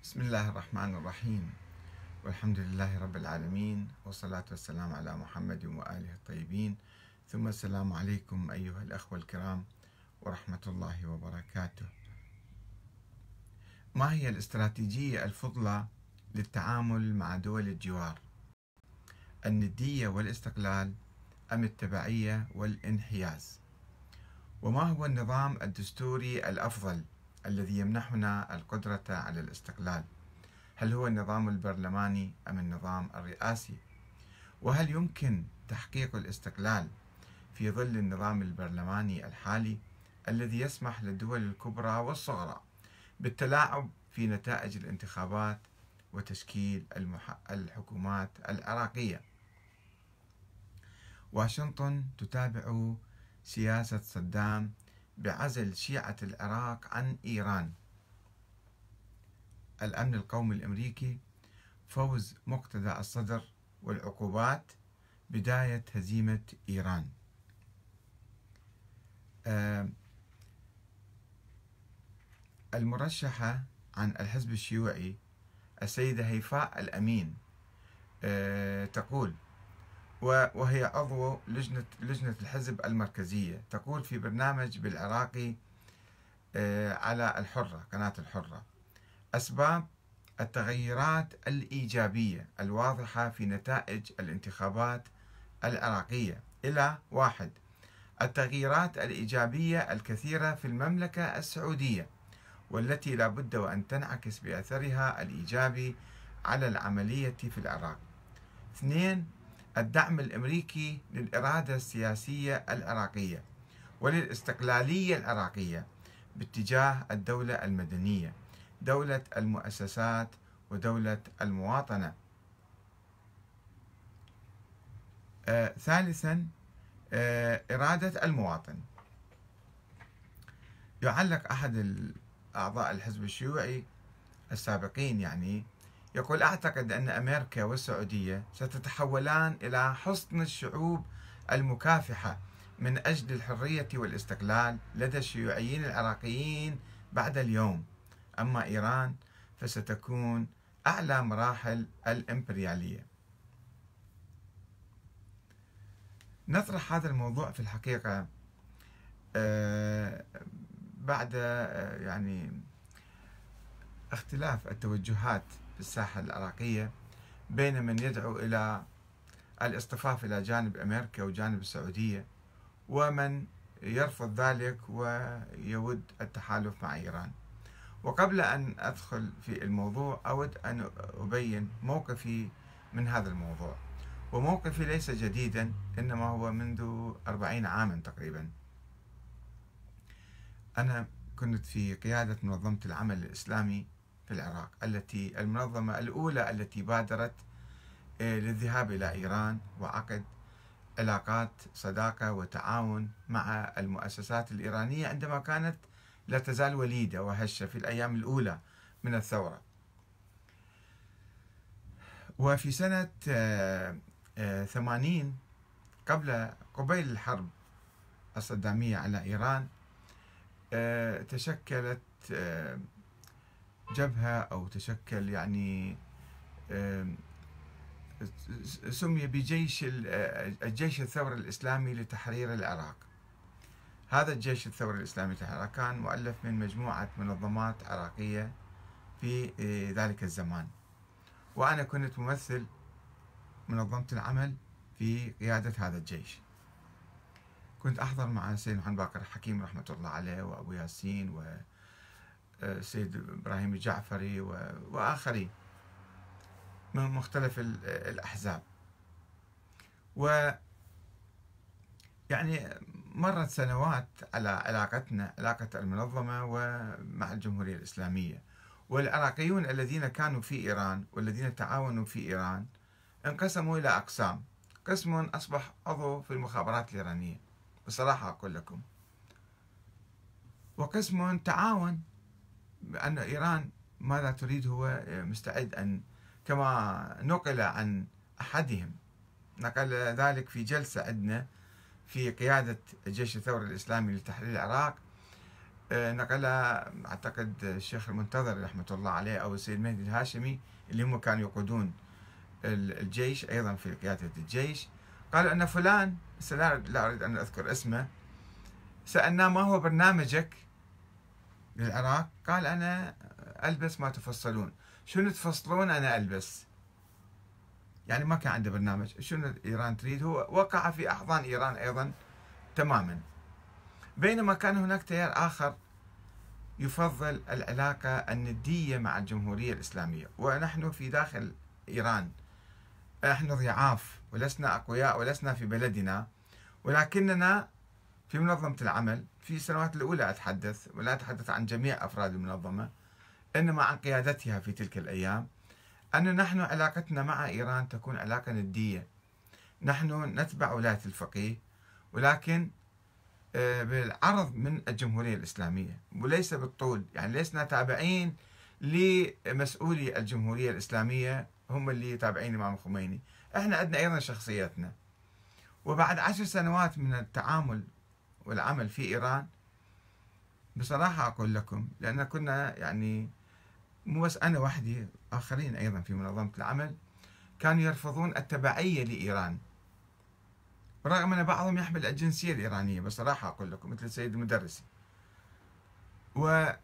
بسم الله الرحمن الرحيم، والحمد لله رب العالمين، والصلاة والسلام على محمد وآله الطيبين، ثم السلام عليكم أيها الأخوة الكرام ورحمة الله وبركاته. ما هي الاستراتيجية الفضلى للتعامل مع دول الجوار؟ الندية والاستقلال أم التبعية والانحياز؟ وما هو النظام الدستوري الأفضل الذي يمنحنا القدرة على الاستقلال؟ هل هو النظام البرلماني أم النظام الرئاسي؟ وهل يمكن تحقيق الاستقلال في ظل النظام البرلماني الحالي الذي يسمح للدول الكبرى والصغرى بالتلاعب في نتائج الانتخابات وتشكيل الحكومات العراقية؟ واشنطن تتابع سياسة صدام بعزل شيعة العراق عن إيران. الأمن القومي الأمريكي، فوز مقتدى الصدر والعقوبات، بداية هزيمة إيران. المرشحة عن الحزب الشيوعي السيدة هيفاء الأمين تقول، وهي عضو لجنة الحزب المركزية، تقول في برنامج بالعراقي على الحرة، قناة الحرة: أسباب التغيرات الإيجابية الواضحة في نتائج الانتخابات العراقية: 1. التغييرات الإيجابية الكثيرة في المملكة السعودية، والتي لا بد وأن تنعكس بأثرها الإيجابي على العملية في العراق. 2. الدعم الأمريكي للإرادة السياسية العراقية وللاستقلالية العراقية باتجاه الدولة المدنية، دولة المؤسسات ودولة المواطنة. 3. إرادة المواطن. يعلق أحد أعضاء الحزب الشيوعي السابقين، يقول: أعتقد أن أمريكا والسعودية ستتحولان إلى حصن الشعوب المكافحة من أجل الحرية والاستقلال لدى الشيوعيين العراقيين بعد اليوم، أما إيران فستكون أعلى مراحل الإمبريالية. نطرح هذا الموضوع في الحقيقة بعد اختلاف التوجهات في الساحة العراقية بين من يدعو إلى الاصطفاف إلى جانب أمريكا وجانب السعودية، ومن يرفض ذلك ويود التحالف مع إيران. وقبل أن أدخل في الموضوع أود أن أبين موقفي من هذا الموضوع، وموقفي ليس جديدا، إنما هو منذ 40 عاما تقريبا. أنا كنت في قيادة منظمة العمل الإسلامي في العراق، التي المنظمة الأولى التي بادرت للذهاب إلى إيران وعقد علاقات صداقة وتعاون مع المؤسسات الإيرانية عندما كانت لا تزال وليدة وهشة في الأيام الأولى من الثورة. وفي سنة 80 قبيل الحرب الصدامية على إيران تشكلت جبهة، أو تشكل سمي بجيش الجيش الثوري الإسلامي لتحرير العراق. هذا الجيش الثوري الإسلامي لتحرير العراق كان مؤلف من مجموعة منظمات عراقية في ذلك الزمان، وأنا كنت ممثل منظمة العمل في قيادة هذا الجيش. كنت أحضر مع السيد محمد باقر الحكيم رحمة الله عليه، وأبو ياسين، والسيد إبراهيم الجعفري، وآخرين من مختلف الأحزاب. مرت سنوات على علاقة المنظمة ومع الجمهورية الإسلامية، والعراقيون الذين كانوا في إيران والذين تعاونوا في إيران انقسموا إلى أقسام. قسم أصبح عضو في المخابرات الإيرانية، بصراحة أقول لكم، وقسم تعاون بأن إيران ماذا تريد هو مستعد أن، كما نقل عن أحدهم، نقل ذلك في جلسة عندنا في قيادة الجيش الثوري الإسلامي لتحرير العراق، نقلها أعتقد الشيخ المنتظر رحمة الله عليه أو السيد مهدي الهاشمي، اللي هم كانوا يقودون الجيش أيضا في قيادة الجيش. قالوا أن فلان، لا أريد أن أذكر اسمه، سألناه ما هو برنامجك للعراق؟ قال أنا ألبس ما تفصلون. شنو تفصلون؟ أنا ألبس. يعني ما كان عنده برنامج. شنو إيران تريد؟ هو وقع في أحضان إيران أيضا تماما. بينما كان هناك تيار آخر يفضل العلاقة الندية مع الجمهورية الإسلامية. ونحن في داخل إيران نحن ضعاف ولسنا أقوياء ولسنا في بلدنا، ولكننا في منظمة العمل في السنوات الأولى أتحدث، ولا أتحدث عن جميع أفراد المنظمة، إنما عن قيادتها في تلك الأيام، أن نحن علاقتنا مع إيران تكون علاقة ندية. نحن نتبع ولاية الفقيه، ولكن بالعرض من الجمهورية الإسلامية وليس بالطول. يعني لسنا تابعين لمسؤولي الجمهورية الإسلامية هم اللي تابعين الإمام الخميني. احنا عندنا أيضا شخصيتنا. وبعد 10 سنوات من التعامل والعمل في إيران، بصراحة أقول لكم، لأن كنا يعني مو بس أنا وحدي، آخرين أيضا في منظمة العمل كانوا يرفضون التبعية لإيران، رغم أن بعضهم يحمل الجنسية الإيرانية. بصراحة أقول لكم مثل السيد المدرسي. وقالوا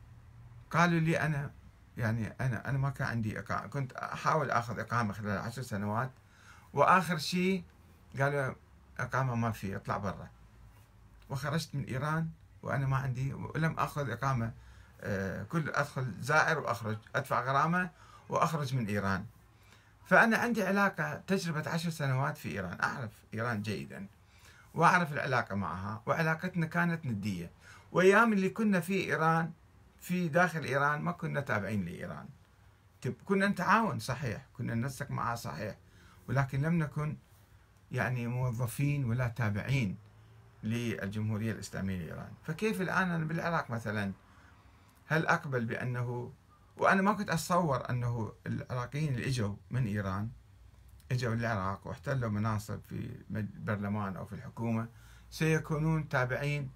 لي أنا يعني أنا ما كان عندي إقامة، كنت أحاول أخذ إقامة خلال 10 سنوات، وآخر شيء قالوا إقامة ما في، اطلع برا. وخرجت من إيران وأنا ما عندي، ولم أخذ إقامة. كل أدخل زائر وأخرج، أدفع غرامة وأخرج من إيران. فأنا عندي علاقة، تجربة 10 سنوات في إيران، أعرف إيران جيدا وأعرف العلاقة معها، وعلاقتنا كانت ندية. وأيام اللي كنا في إيران، في داخل إيران، ما كنا تابعين لإيران. كنا نتعاون صحيح، كنا ننسق معها صحيح، ولكن لم نكن يعني موظفين ولا تابعين للجمهورية الإسلامية لإيران. فكيف الآن أنا بالعراق مثلا، هل أقبل بأنه، وأنا ما كنت أتصور أنه العراقيين اللي إجوا من إيران، إجوا للعراق واحتلوا مناصب في البرلمان أو في الحكومة، سيكونون تابعين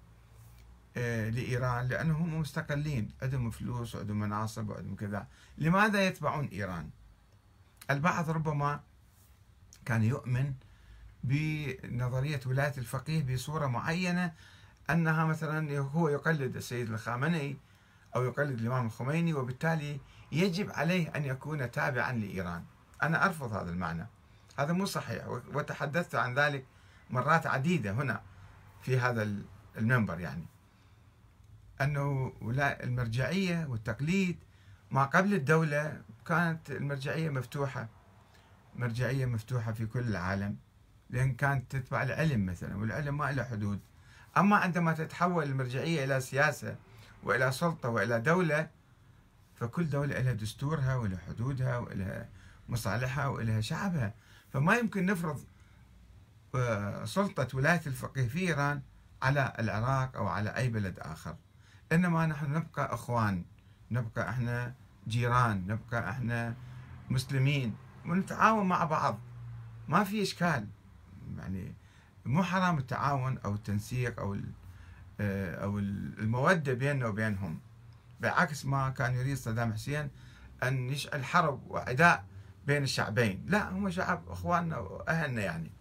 لإيران، لأنهم مستقلين، عندهم فلوس وعندهم مناصب وعندهم كذا. لماذا يتبعون إيران؟ البعض ربما كان يؤمن بنظرية ولاية الفقيه بصورة معينة، أنها مثلا هو يقلد السيد الخامنئي أو يقلد الإمام الخميني، وبالتالي يجب عليه أن يكون تابعا لإيران. أنا أرفض هذا المعنى، هذا مو صحيح، وتحدثت عن ذلك مرات عديدة هنا في هذا المنبر. يعني أنه المرجعية والتقليد ما قبل الدولة كانت المرجعية مفتوحة، مرجعية مفتوحة في كل العالم، لأن كانت تتبع العلم مثلا، والعلم ما له حدود. أما عندما تتحول المرجعية إلى سياسة وإلى سلطة وإلى دولة، فكل دولة لها دستورها ولها حدودها ولها مصالحها ولها شعبها. فما يمكن نفرض سلطة ولاية الفقيه في إيران على العراق أو على أي بلد آخر. إنما نحن نبقى أخوان، نبقى إحنا جيران، نبقى إحنا مسلمين ونتعاون مع بعض، ما في إشكال. يعني مو حرام التعاون أو التنسيق أو المودة بيننا وبينهم، بعكس ما كان يريد صدام حسين أن يشعل حرب وعداء بين الشعبين. لا، هم شعب أخواننا وأهلنا يعني.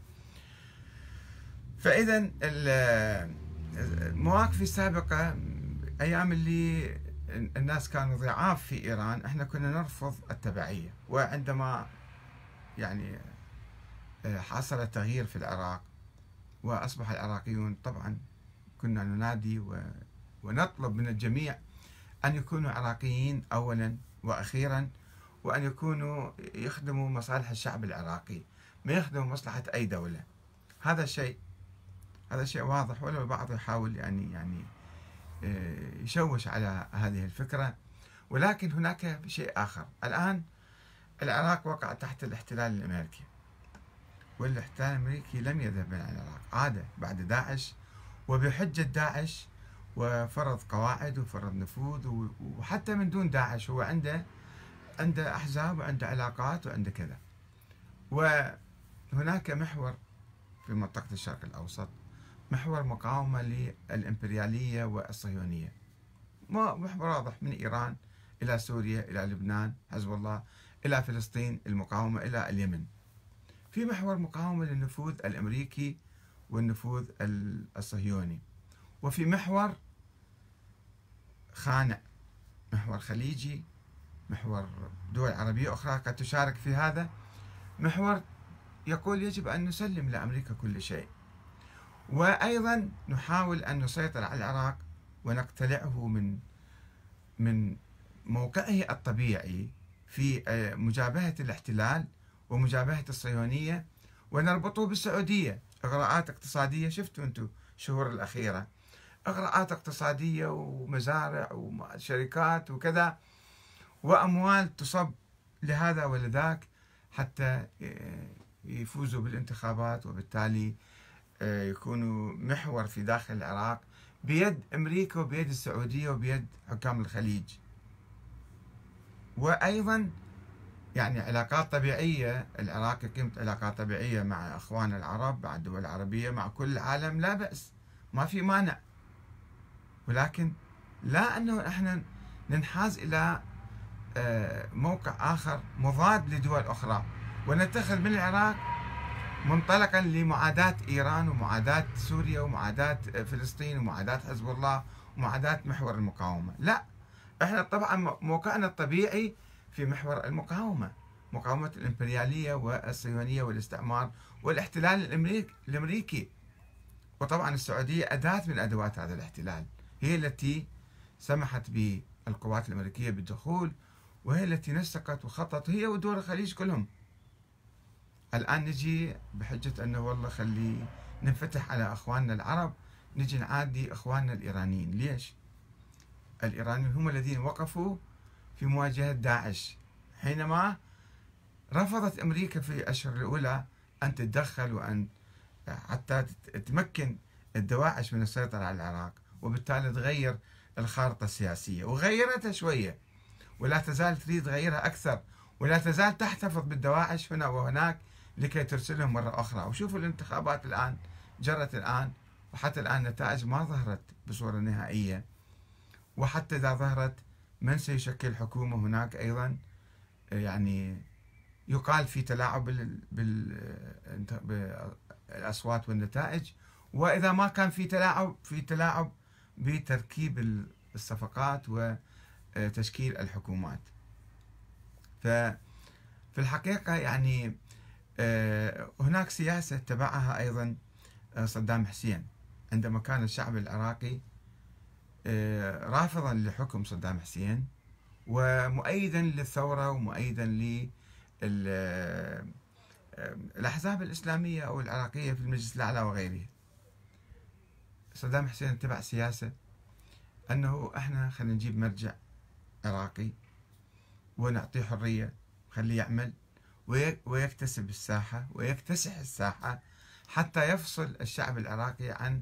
فإذا المواقف السابقة، أيام اللي الناس كانوا ضعاف في إيران، احنا كنا نرفض التبعية. وعندما يعني حصل التغيير في العراق وأصبح العراقيون، طبعا كنا ننادي ونطلب من الجميع أن يكونوا عراقيين أولا وأخيرا، وأن يكونوا يخدموا مصالح الشعب العراقي، ما يخدموا مصلحة أي دولة. هذا شيء واضح، ولو البعض يحاول يعني يشوش على هذه الفكرة. ولكن هناك شيء آخر. الآن العراق وقع تحت الاحتلال الأمريكي، والاحتلال الأمريكي لم يذهب من العراق، عاد بعد داعش، وبحجة داعش، وفرض قواعد وفرض نفوذ. وحتى من دون داعش هو عنده أحزاب وعنده علاقات وعنده كذا. وهناك محور في منطقة الشرق الأوسط، محور مقاومة للإمبريالية والصهيونية. محور واضح من إيران إلى سوريا إلى لبنان حزب الله، إلى فلسطين المقاومة، إلى اليمن. في محور مقاومة للنفوذ الأمريكي والنفوذ الصهيوني، وفي محور خانع، محور خليجي، محور دول عربية أخرى قد تشارك في هذا، محور يقول يجب أن نسلم لأمريكا كل شيء، وأيضا نحاول أن نسيطر على العراق ونقتلعه من موقعه الطبيعي في مجابهة الاحتلال ومجابهة الصهيونية، ونربطه بالسعودية. إغراءات اقتصادية، شفتوا أنتم الشهور الأخيرة إغراءات اقتصادية ومزارع وشركات وكذا، وأموال تصب لهذا ولذاك حتى يفوزوا بالانتخابات، وبالتالي يكونوا محور في داخل العراق بيد أمريكا وبيد السعودية وبيد حكام الخليج. وأيضا يعني علاقات طبيعية، العراق يقيم علاقات طبيعية مع أخواننا العرب، مع الدول العربية، مع كل العالم، لا بأس، ما في مانع، ولكن لا أنه إحنا ننحاز إلى موقع آخر مضاد لدول أخرى، ونتخذ من العراق منطلقا لمعاداة إيران ومعاداة سوريا ومعاداة فلسطين ومعاداة حزب الله ومعاداة محور المقاومة. لا، احنا طبعا موقعنا الطبيعي في محور المقاومة، مقاومة الإمبريالية والصهيونية والاستعمار والاحتلال الأمريكي. وطبعا السعودية أداة من أدوات هذا الاحتلال، هي التي سمحت بالقوات الأمريكية بالدخول، وهي التي نسقت وخطط، هي ودول الخليج كلهم. الآن نجي بحجة أنه والله خلي ننفتح على أخواننا العرب، نجي نعادي أخواننا الإيرانيين. ليش؟ الإيرانيين هم الذين وقفوا في مواجهة داعش، حينما رفضت أمريكا في الأشهر الأولى أن تتدخل وأن حتى تمكن الدواعش من السيطرة على العراق، وبالتالي تغير الخارطة السياسية، وغيرتها شوية، ولا تزال تريد تغيرها أكثر، ولا تزال تحتفظ بالدواعش هنا وهناك لكي ترسلهم مرة أخرى. وشوفوا الانتخابات الآن جرت الآن، وحتى الآن النتائج ما ظهرت بصورة نهائية، وحتى إذا ظهرت من سيشكل حكومة هناك أيضا يعني يقال في تلاعب بالأصوات والنتائج، وإذا ما كان في تلاعب بتركيب الصفقات وتشكيل الحكومات. ففي الحقيقة يعني هناك سياسة اتبعها أيضا صدام حسين، عندما كان الشعب العراقي رافضا لحكم صدام حسين ومؤيدا للثورة ومؤيدا للأحزاب الإسلامية أو العراقية في المجلس الأعلى وغيره. صدام حسين اتبع سياسة أنه إحنا خلينا نجيب مرجع عراقي ونعطيه حرية، خليه يعمل ويكتسب الساحة ويكتسح الساحة حتى يفصل الشعب العراقي عن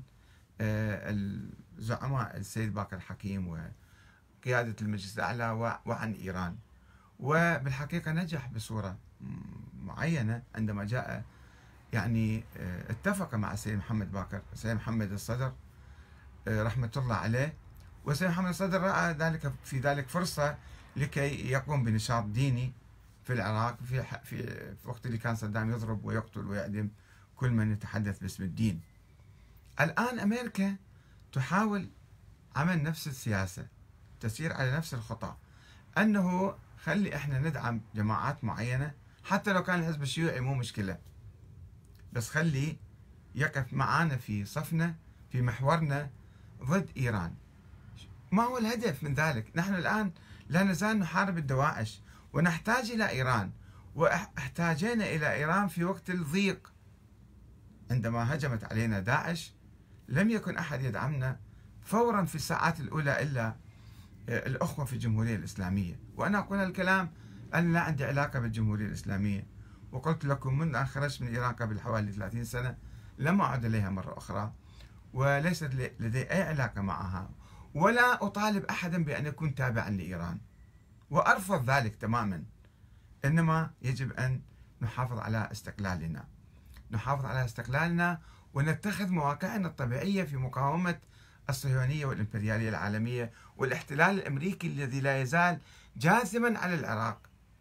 الزعماء السيد باقر الحكيم وقيادة المجلس الأعلى وعن إيران. وبالحقيقة نجح بصورة معينة عندما جاء يعني اتفق مع السيد محمد باقر، السيد محمد الصدر رحمة الله عليه، والسيد محمد الصدر رأى في ذلك فرصة لكي يقوم بنشاط ديني في العراق في وقت اللي كان صدام يضرب ويقتل ويعدم كل من يتحدث باسم الدين. الآن أمريكا تحاول عمل نفس السياسة، تسير على نفس الخطى، أنه خلي إحنا ندعم جماعات معينة حتى لو كان الحزب الشيوعي مو مشكلة، بس خلي يقف معانا في صفنا في محورنا ضد إيران. ما هو الهدف من ذلك؟ نحن الآن لا نزال نحارب الدواعش ونحتاج إلى إيران، واحتاجنا إلى إيران في وقت الضيق. عندما هجمت علينا داعش لم يكن أحد يدعمنا فورا في الساعات الأولى إلا الأخوة في الجمهورية الإسلامية. وأنا أقول هالكلام أنا لا عندي علاقة بالجمهورية الإسلامية، وقلت لكم منذ أن خرجت من إيران قبل حوالي 30 سنة لم أعد إليها مرة أخرى، وليست لدي أي علاقة معها، ولا أطالب أحدا بأن يكون تابعا لإيران، وأرفض ذلك تماما. إنما يجب أن نحافظ على استقلالنا، ونتخذ مواقعنا الطبيعية في مقاومة الصهيونية والإمبريالية العالمية والاحتلال الأمريكي الذي لا يزال جاثما على العراق.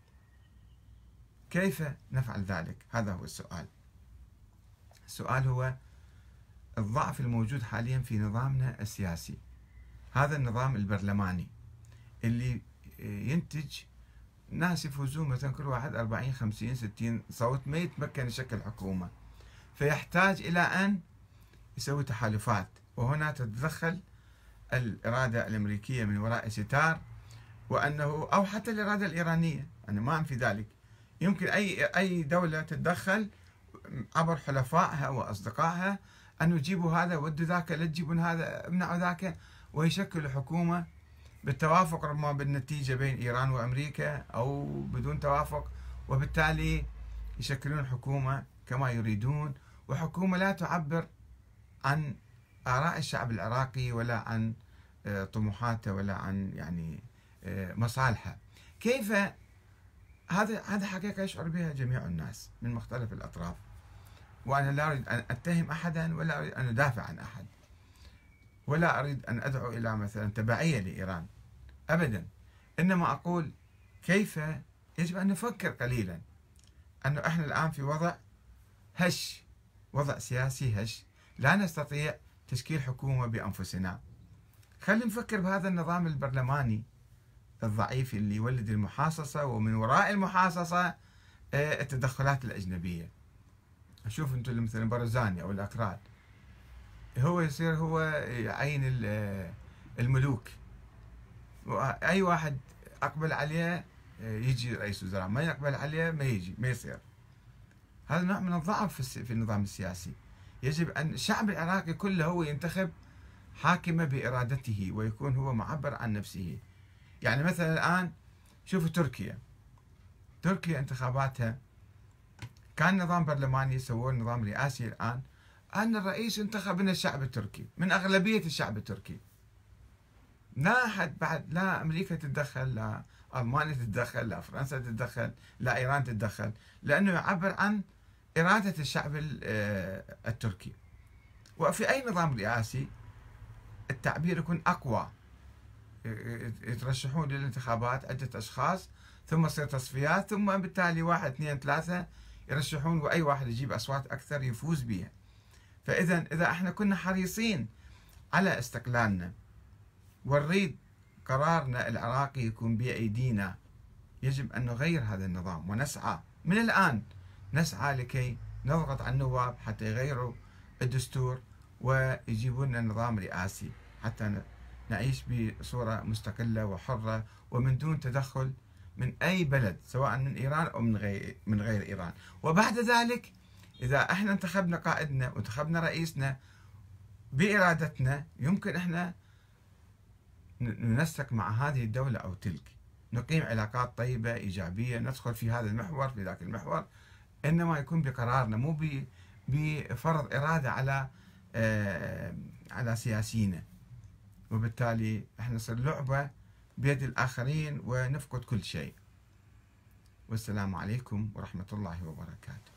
كيف نفعل ذلك؟ هذا هو السؤال. السؤال هو الضعف الموجود حاليا في نظامنا السياسي، هذا النظام البرلماني اللي ينتج ناس يفوزون مثلا كل واحد 40 50 60 صوت، ما يتمكن يشكل حكومة، فيحتاج إلى أن يسوي تحالفات، وهنا تتدخل الإرادة الأمريكية من وراء ستار، وأنه أو حتى الإرادة الإيرانية، أنا ما أنفي ذلك، يمكن أي دولة تتدخل عبر حلفائها وأصدقائها أن يجيبوا هذا ودوا ذاك، لا تجيبون هذا، امنعوا ذاك، ويشكلوا حكومة بالتوافق ربما بالنتيجة بين إيران وأمريكا أو بدون توافق، وبالتالي يشكلون حكومة كما يريدون، وحكومة لا تعبر عن آراء الشعب العراقي ولا عن طموحاته ولا عن يعني مصالحه. كيف هذا حقيقة يشعر بها جميع الناس من مختلف الأطراف، وأنا لا أريد أن أتهم أحدا ولا أريد أن أدافع عن أحد ولا أريد أن أدعو إلى مثلا تبعية لإيران أبدا، إنما أقول كيف يجب أن نفكر قليلا أنه إحنا الآن في وضع هش، وضع سياسي هش، لا نستطيع تشكيل حكومة بأنفسنا. خلينا نفكر بهذا النظام البرلماني الضعيف اللي يولد المحاصصة، ومن وراء المحاصصة التدخلات الأجنبية. شوف أنتم مثلا برزاني أو الأكراد، هو يصير هو يعين الملوك، وأي واحد أقبل عليه يجي رئيس وزراء، ما يقبل عليه ما يجي، ما يصير. هذا نوع من الضعف في النظام السياسي. يجب أن الشعب العراقي كله هو ينتخب حاكمة بإرادته ويكون هو معبر عن نفسه. يعني مثلا الآن شوفوا تركيا انتخاباتها كان نظام برلماني، يسوون نظام رئاسي. الآن أن الرئيس انتخب من الشعب التركي، من أغلبية الشعب التركي، لا أحد بعد، لا أمريكا تتدخل، لا ألمانيا تتدخل، لا فرنسا تتدخل، لا إيران تتدخل، لأنه يعبر عن إرادة الشعب التركي. وفي أي نظام رئاسي التعبير يكون أقوى، يترشحون للانتخابات عدة أشخاص، ثم تصير تصفيات، ثم بالتالي 1 2 3 يرشحون، وأي واحد يجيب أصوات أكثر يفوز بها. إذا احنا كنا حريصين على استقلالنا ونريد قرارنا العراقي يكون بأيدينا، يجب أن نغير هذا النظام، ونسعى من الآن، نسعى لكي نضغط على النواب حتى يغيروا الدستور ويجيبوا لنا نظام رئاسي حتى نعيش بصورة مستقلة وحرة ومن دون تدخل من أي بلد، سواء من إيران أو من غير إيران. وبعد ذلك إذا احنا انتخبنا قائدنا وانتخبنا رئيسنا بإرادتنا، يمكن احنا ننسق مع هذه الدولة أو تلك، نقيم علاقات طيبة إيجابية، ندخل في هذا المحور في ذاك المحور، إنما يكون بقرارنا، مو بفرض إرادة على سياسينا، وبالتالي احنا نصير لعبة بيد الآخرين ونفقد كل شيء. والسلام عليكم ورحمة الله وبركاته.